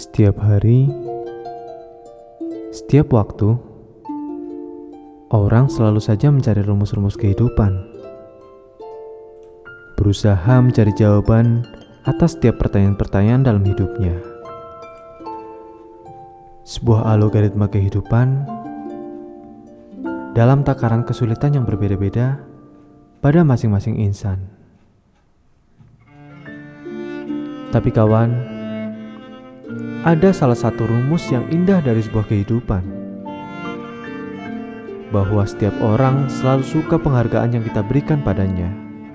Setiap hari, setiap waktu, orang selalu saja mencari rumus-rumus kehidupan. Berusaha mencari jawaban atas setiap pertanyaan-pertanyaan dalam hidupnya. Sebuah algoritma kehidupan dalam takaran kesulitan yang berbeda-beda pada masing-masing insan. Tapi kawan, ada salah satu rumus yang indah dari sebuah kehidupan, bahwa setiap orang selalu suka penghargaan yang kita berikan padanya.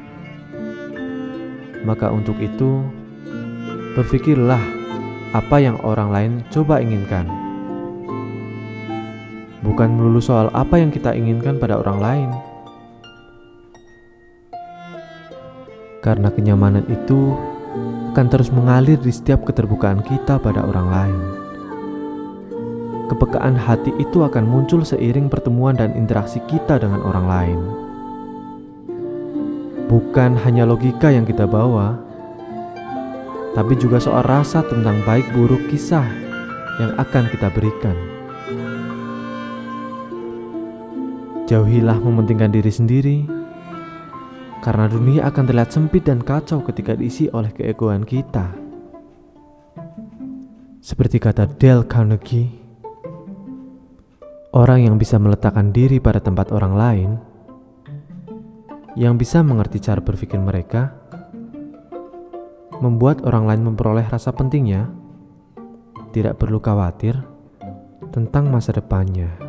Maka untuk itu, berpikirlah apa yang orang lain coba inginkan. Bukan melulu soal apa yang kita inginkan pada orang lain. Karena kenyamanan itu akan terus mengalir di setiap keterbukaan kita pada orang lain. Kepekaan hati itu akan muncul seiring pertemuan dan interaksi kita dengan orang lain. Bukan hanya logika yang kita bawa, tapi juga soal rasa tentang baik buruk kisah yang akan kita berikan. Jauhilah mementingkan diri sendiri, karena dunia akan terlihat sempit dan kacau ketika diisi oleh keegoan kita. Seperti kata Dale Carnegie, orang yang bisa meletakkan diri pada tempat orang lain, yang bisa mengerti cara berpikir mereka, membuat orang lain memperoleh rasa pentingnya, tidak perlu khawatir tentang masa depannya.